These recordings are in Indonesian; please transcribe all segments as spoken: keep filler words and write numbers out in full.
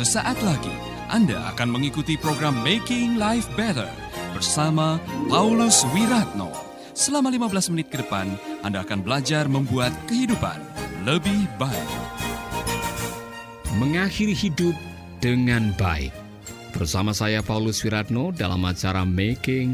Sesaat lagi Anda akan mengikuti program Making Life Better bersama Paulus Wiratno. Selama lima belas menit ke depan, Anda akan belajar membuat kehidupan lebih baik. Mengakhiri hidup dengan baik. Bersama saya Paulus Wiratno dalam acara Making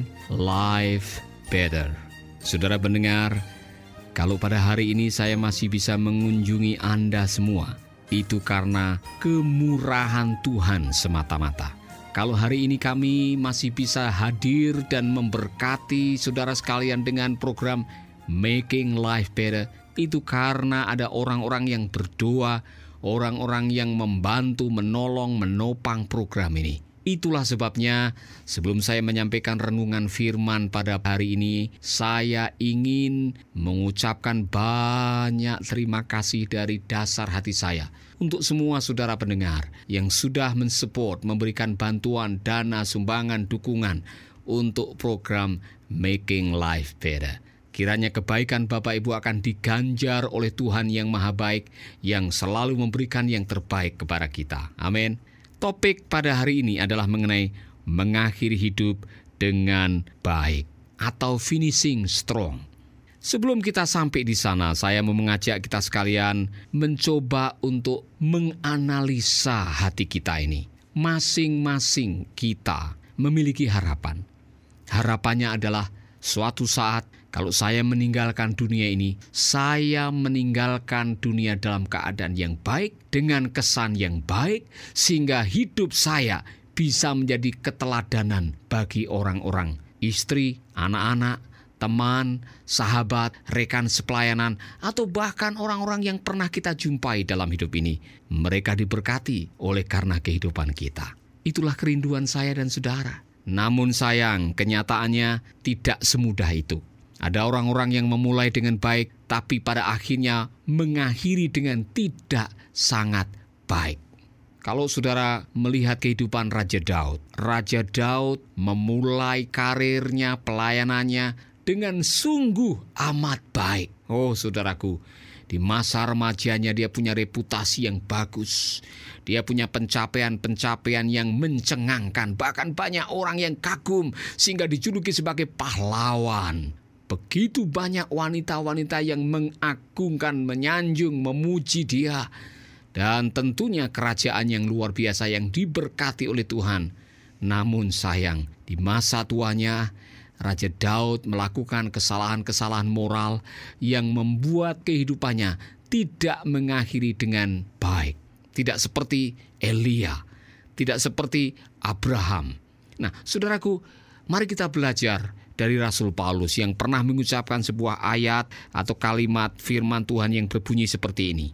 Life Better. Saudara pendengar, kalau pada hari ini saya masih bisa mengunjungi Anda semua, itu karena kemurahan Tuhan semata-mata. Kalau hari ini kami masih bisa hadir dan memberkati saudara sekalian dengan program Making Life Better, itu karena ada orang-orang yang berdoa, orang-orang yang membantu, menolong, menopang program ini. Itulah sebabnya sebelum saya menyampaikan renungan firman pada hari ini, saya ingin mengucapkan banyak terima kasih dari dasar hati saya untuk semua saudara pendengar yang sudah mensupport, memberikan bantuan, dana, sumbangan, dukungan untuk program Making Life Better. Kiranya kebaikan Bapak Ibu akan diganjar oleh Tuhan yang Maha Baik, yang selalu memberikan yang terbaik kepada kita. Amin. Topik pada hari ini adalah mengenai mengakhiri hidup dengan baik atau finishing strong. Sebelum kita sampai di sana, saya mau mengajak kita sekalian mencoba untuk menganalisa hati kita ini. Masing-masing kita memiliki harapan. Harapannya adalah suatu saat kalau saya meninggalkan dunia ini, saya meninggalkan dunia dalam keadaan yang baik, dengan kesan yang baik, sehingga hidup saya bisa menjadi keteladanan bagi orang-orang, istri, anak-anak, teman, sahabat, rekan sepelayanan, atau bahkan orang-orang yang pernah kita jumpai dalam hidup ini. Mereka diberkati oleh karena kehidupan kita. Itulah kerinduan saya dan saudara. Namun sayang, kenyataannya tidak semudah itu. Ada orang-orang yang memulai dengan baik, tapi pada akhirnya mengakhiri dengan tidak sangat baik. Kalau saudara melihat kehidupan Raja Daud, Raja Daud memulai karirnya, pelayanannya dengan sungguh amat baik. Oh saudaraku, di masa remajanya dia punya reputasi yang bagus. Dia punya pencapaian-pencapaian yang mencengangkan. Bahkan banyak orang yang kagum sehingga dijuluki sebagai pahlawan. Begitu banyak wanita-wanita yang mengagungkan, menyanjung, memuji dia. Dan tentunya kerajaan yang luar biasa yang diberkati oleh Tuhan. Namun sayang, di masa tuanya, Raja Daud melakukan kesalahan-kesalahan moral yang membuat kehidupannya tidak mengakhiri dengan baik. Tidak seperti Elia, tidak seperti Abraham. Nah, saudaraku, mari kita belajar dari Rasul Paulus yang pernah mengucapkan sebuah ayat atau kalimat firman Tuhan yang berbunyi seperti ini.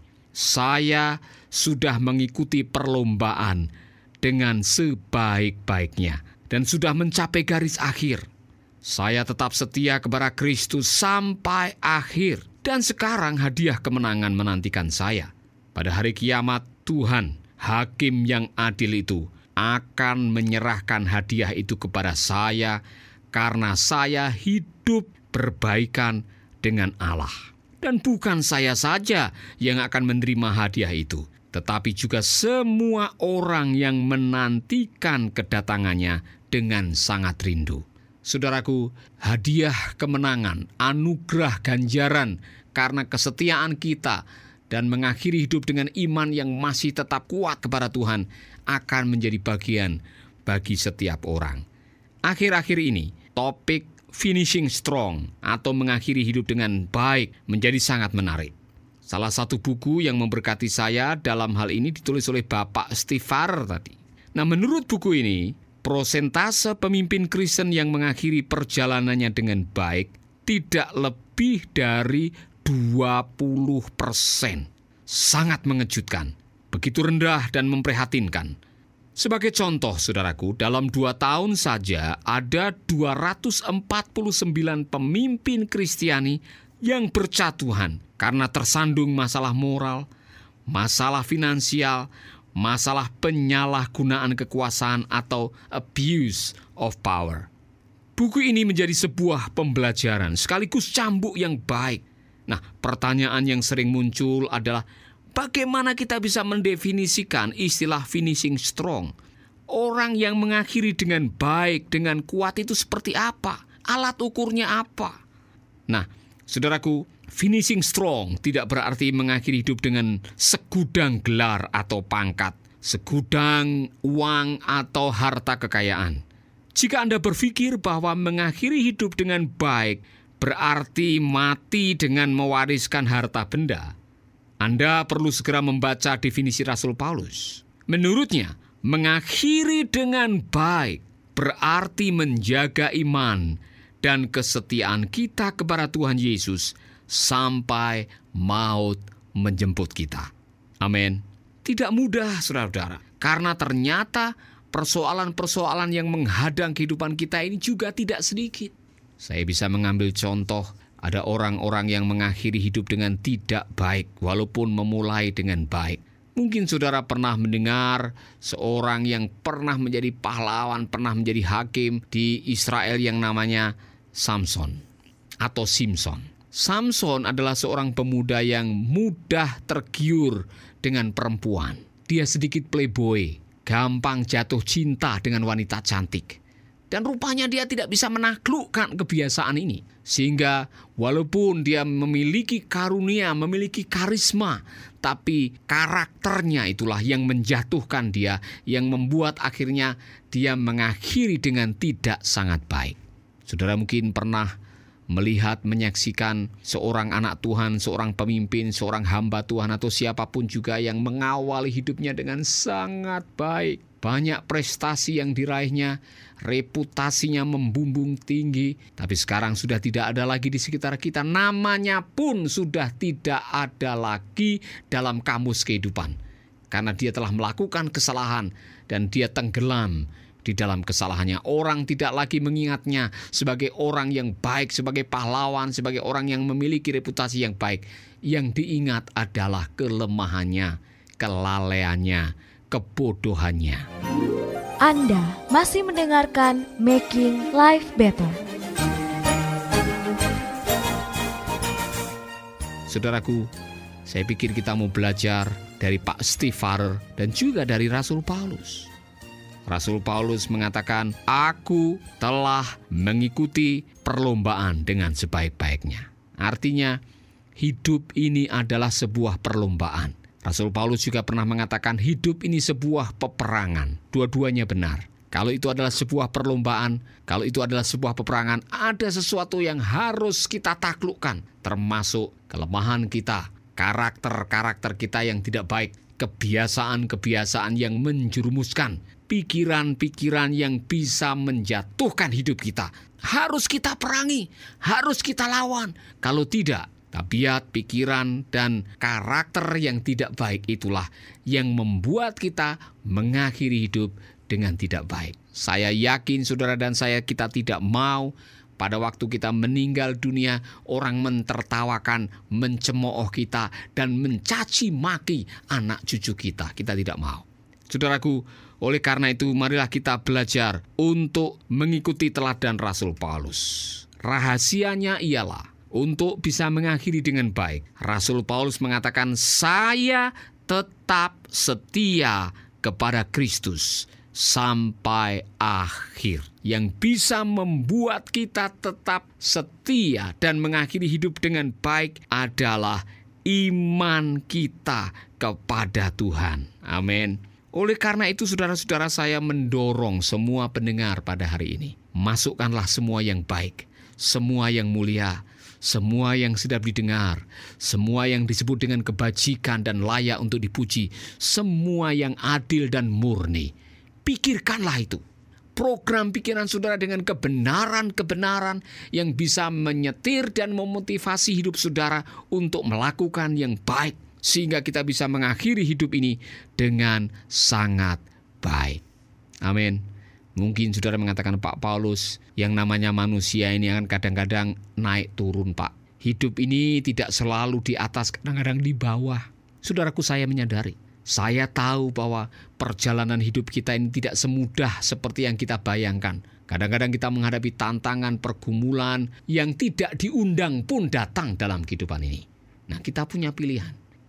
Saya sudah mengikuti perlombaan dengan sebaik-baiknya dan sudah mencapai garis akhir. Saya tetap setia kepada Kristus sampai akhir. Dan sekarang hadiah kemenangan menantikan saya. Pada hari kiamat, Tuhan, Hakim yang adil itu, akan menyerahkan hadiah itu kepada saya karena saya hidup berbaikan dengan Allah. Dan bukan saya saja yang akan menerima hadiah itu, tetapi juga semua orang yang menantikan kedatangannya dengan sangat rindu. Saudaraku, hadiah kemenangan, anugerah ganjaran karena kesetiaan kita dan mengakhiri hidup dengan iman yang masih tetap kuat kepada Tuhan akan menjadi bagian bagi setiap orang. Akhir-akhir ini, topik finishing strong atau mengakhiri hidup dengan baik menjadi sangat menarik. Salah satu buku yang memberkati saya dalam hal ini ditulis oleh Bapak Steve Farrer tadi. Nah, menurut buku ini, prosentase pemimpin Kristen yang mengakhiri perjalanannya dengan baik tidak lebih dari dua puluh persen. Sangat mengejutkan, begitu rendah dan memprihatinkan. Sebagai contoh, saudaraku, dalam dua tahun saja ada dua ratus empat puluh sembilan pemimpin Kristiani yang berjatuhan karena tersandung masalah moral, masalah finansial, masalah penyalahgunaan kekuasaan atau abuse of power. Buku ini menjadi sebuah pembelajaran sekaligus cambuk yang baik. Nah, pertanyaan yang sering muncul adalah Bagaimana kita bisa mendefinisikan istilah finishing strong? Orang yang mengakhiri dengan baik, dengan kuat itu seperti apa? Alat ukurnya apa? Nah, saudaraku, finishing strong tidak berarti mengakhiri hidup dengan segudang gelar atau pangkat, segudang uang atau harta kekayaan. Jika Anda berpikir bahwa mengakhiri hidup dengan baik berarti mati dengan mewariskan harta benda, Anda perlu segera membaca definisi Rasul Paulus. Menurutnya, mengakhiri dengan baik berarti menjaga iman dan kesetiaan kita kepada Tuhan Yesus sampai maut menjemput kita. Amin. Tidak mudah, saudara-saudara, karena ternyata persoalan-persoalan yang menghadang kehidupan kita ini juga tidak sedikit. Saya bisa mengambil contoh, ada orang-orang yang mengakhiri hidup dengan tidak baik, walaupun memulai dengan baik. Mungkin saudara pernah mendengar seorang yang pernah menjadi pahlawan, pernah menjadi hakim di Israel yang namanya Samson atau Simpson. Samson adalah seorang pemuda yang mudah tergiur dengan perempuan. Dia sedikit playboy, gampang jatuh cinta dengan wanita cantik. Dan rupanya dia tidak bisa menaklukkan kebiasaan ini. Sehingga walaupun dia memiliki karunia, memiliki karisma, tapi karakternya itulah yang menjatuhkan dia, yang membuat akhirnya dia mengakhiri dengan tidak sangat baik. Saudara mungkin pernah melihat, menyaksikan seorang anak Tuhan, seorang pemimpin, seorang hamba Tuhan atau siapapun juga yang mengawali hidupnya dengan sangat baik. Banyak prestasi yang diraihnya, reputasinya membumbung tinggi, tapi sekarang sudah tidak ada lagi di sekitar kita. Namanya pun sudah tidak ada lagi dalam kamus kehidupan. Karena dia telah melakukan kesalahan dan dia tenggelam di dalam kesalahannya. Orang tidak lagi mengingatnya sebagai orang yang baik, sebagai pahlawan, sebagai orang yang memiliki reputasi yang baik. Yang diingat adalah kelemahannya, kelalaiannya, kebodohannya. Anda masih mendengarkan Making Life Better. Saudaraku, saya pikir kita mau belajar dari Pak Steve Farrer dan juga dari Rasul Paulus. Rasul Paulus mengatakan, "Aku telah mengikuti perlombaan dengan sebaik-baiknya." Artinya, hidup ini adalah sebuah perlombaan. Rasul Paulus juga pernah mengatakan hidup ini sebuah peperangan. Dua-duanya benar. Kalau itu adalah sebuah perlombaan, kalau itu adalah sebuah peperangan, ada sesuatu yang harus kita taklukkan. Termasuk kelemahan kita, karakter-karakter kita yang tidak baik, kebiasaan-kebiasaan yang menjerumuskan, pikiran-pikiran yang bisa menjatuhkan hidup kita. Harus kita perangi, harus kita lawan. Kalau tidak, tabiat, pikiran, dan karakter yang tidak baik itulah yang membuat kita mengakhiri hidup dengan tidak baik. Saya yakin saudara dan saya kita tidak mau pada waktu kita meninggal dunia orang mentertawakan, mencemooh kita, dan mencaci maki anak cucu kita. Kita tidak mau. Saudaraku, oleh karena itu marilah kita belajar untuk mengikuti teladan Rasul Paulus. Rahasianya ialah untuk bisa mengakhiri dengan baik. Rasul Paulus mengatakan, "Saya tetap setia kepada Kristus sampai akhir." Yang bisa membuat kita tetap setia dan mengakhiri hidup dengan baik adalah iman kita kepada Tuhan. Amin. Oleh karena itu, saudara-saudara, saya mendorong semua pendengar pada hari ini, masukkanlah semua yang baik, semua yang mulia, semua yang sedap didengar, semua yang disebut dengan kebajikan dan layak untuk dipuji, semua yang adil dan murni. Pikirkanlah itu. Program pikiran saudara dengan kebenaran-kebenaran yang bisa menyetir dan memotivasi hidup saudara untuk melakukan yang baik, sehingga kita bisa mengakhiri hidup ini dengan sangat baik. Amin. Mungkin saudara mengatakan, "Pak Paulus, yang namanya manusia ini akan kadang-kadang naik turun, Pak. Hidup ini tidak selalu di atas, kadang-kadang di bawah." Saudaraku, saya menyadari. Saya tahu bahwa perjalanan hidup kita ini tidak semudah seperti yang kita bayangkan. Kadang-kadang kita menghadapi tantangan, pergumulan yang tidak diundang pun datang dalam kehidupan ini. Nah, kita punya pilihan.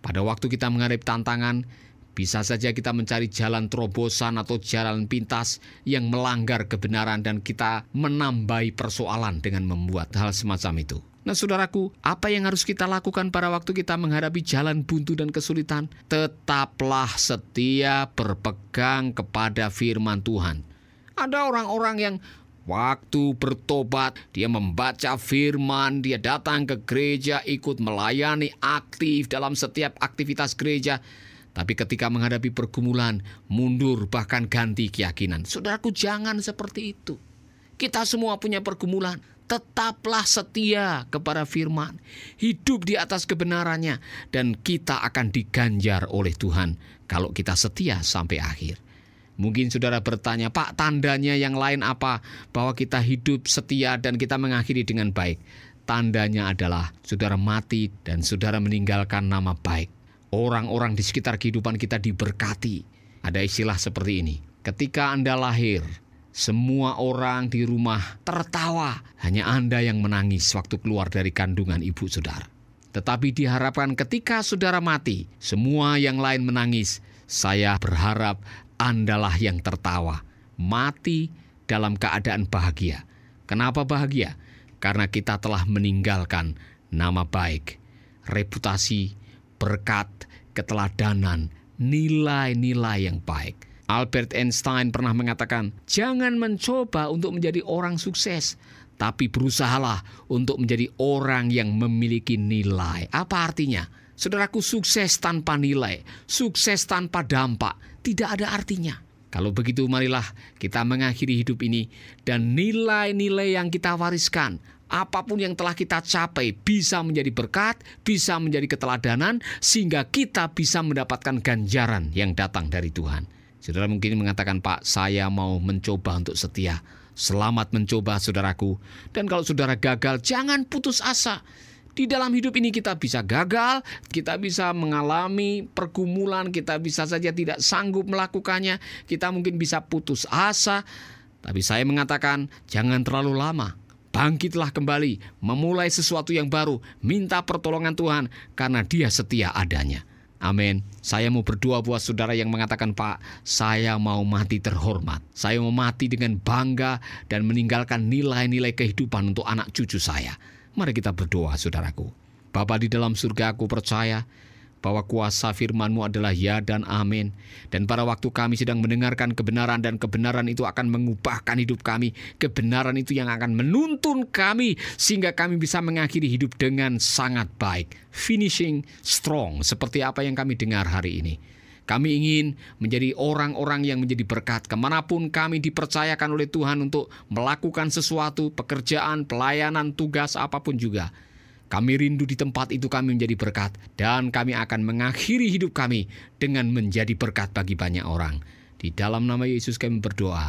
Pada waktu kita menghadapi tantangan, bisa saja kita mencari jalan terobosan atau jalan pintas yang melanggar kebenaran dan kita menambahi persoalan dengan membuat hal semacam itu. Nah saudaraku, apa yang harus kita lakukan pada waktu kita menghadapi jalan buntu dan kesulitan? Tetaplah setia berpegang kepada firman Tuhan. Ada orang-orang yang waktu bertobat, dia membaca firman, dia datang ke gereja, ikut melayani, aktif dalam setiap aktivitas gereja. Tapi ketika menghadapi pergumulan, mundur bahkan ganti keyakinan. Saudaraku, jangan seperti itu. Kita semua punya pergumulan. Tetaplah setia kepada firman. Hidup di atas kebenarannya. Dan kita akan diganjar oleh Tuhan kalau kita setia sampai akhir. Mungkin saudara bertanya, Pak, tandanya yang lain apa? Bahwa kita hidup setia dan kita mengakhiri dengan baik. Tandanya adalah saudara mati dan saudara meninggalkan nama baik. Orang-orang di sekitar kehidupan kita diberkati. Ada istilah seperti ini. Ketika Anda lahir, semua orang di rumah tertawa. Hanya Anda yang menangis waktu keluar dari kandungan ibu saudara. Tetapi diharapkan ketika saudara mati, semua yang lain menangis. Saya berharap Andalah yang tertawa. Mati dalam keadaan bahagia. Kenapa bahagia? Karena kita telah meninggalkan nama baik, reputasi, berkat, keteladanan, nilai-nilai yang baik. Albert Einstein pernah mengatakan, jangan mencoba untuk menjadi orang sukses, tapi berusahalah untuk menjadi orang yang memiliki nilai. Apa artinya? Saudaraku, sukses tanpa nilai, sukses tanpa dampak, tidak ada artinya. Kalau begitu, marilah kita mengakhiri hidup ini dan nilai-nilai yang kita wariskan, apapun yang telah kita capai, bisa menjadi berkat, bisa menjadi keteladanan, sehingga kita bisa mendapatkan ganjaran yang datang dari Tuhan. Saudara mungkin mengatakan, Pak, saya mau mencoba untuk setia. Selamat mencoba, saudaraku. Dan kalau saudara gagal, jangan putus asa. Di dalam hidup ini kita bisa gagal, kita bisa mengalami pergumulan, kita bisa saja tidak sanggup melakukannya, kita mungkin bisa putus asa. Tapi saya mengatakan, jangan terlalu lama. Bangkitlah kembali, memulai sesuatu yang baru, minta pertolongan Tuhan, karena Dia setia adanya. Amin. Saya mau berdoa buat saudara yang mengatakan, Pak, saya mau mati terhormat. Saya mau mati dengan bangga dan meninggalkan nilai-nilai kehidupan untuk anak cucu saya. Mari kita berdoa, saudaraku. Bapa di dalam surga, aku percaya bahwa kuasa firman-Mu adalah ya dan amin. Dan pada waktu kami sedang mendengarkan kebenaran dan kebenaran itu akan mengubahkan hidup kami. Kebenaran itu yang akan menuntun kami sehingga kami bisa mengakhiri hidup dengan sangat baik. Finishing strong, seperti apa yang kami dengar hari ini. Kami ingin menjadi orang-orang yang menjadi berkat kemanapun kami dipercayakan oleh Tuhan untuk melakukan sesuatu, pekerjaan, pelayanan, tugas, apapun juga. Kami rindu di tempat itu kami menjadi berkat dan kami akan mengakhiri hidup kami dengan menjadi berkat bagi banyak orang. Di dalam nama Yesus kami berdoa.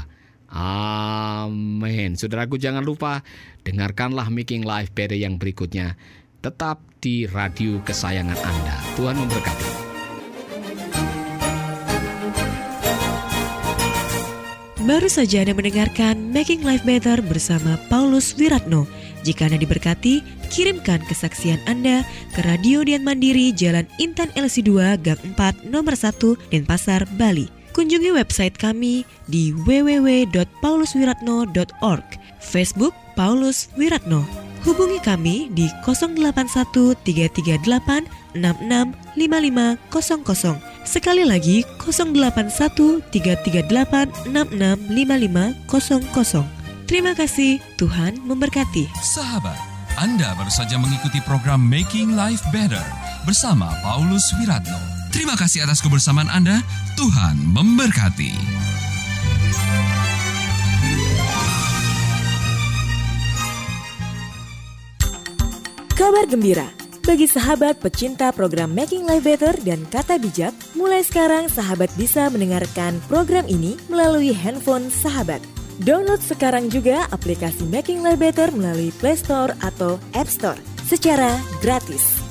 Amin. Saudaraku, jangan lupa dengarkanlah Making Life Better yang berikutnya. Tetap di radio kesayangan Anda. Tuhan memberkati. Baru saja Anda mendengarkan Making Life Better bersama Paulus Wiratno. Jika Anda diberkati, kirimkan kesaksian Anda ke Radio Dian Mandiri, Jalan Intan L C dua, Gang empat, Nomor satu, Denpasar, Bali. Kunjungi website kami di w w w dot pauluswiratno dot org, Facebook Paulus Wiratno. Hubungi kami di nol delapan satu tiga tiga delapan enam enam lima lima nol nol. Sekali lagi nol delapan satu tiga tiga delapan enam enam lima lima nol nol. Terima kasih, Tuhan memberkati. Sahabat, Anda baru saja mengikuti program Making Life Better bersama Paulus Wiratno. Terima kasih atas kebersamaan Anda. Tuhan memberkati. Kabar gembira bagi sahabat pecinta program Making Life Better dan Kata Bijak. Mulai sekarang sahabat bisa mendengarkan program ini melalui handphone sahabat. Download sekarang juga aplikasi Making Life Better melalui Play Store atau App Store secara gratis.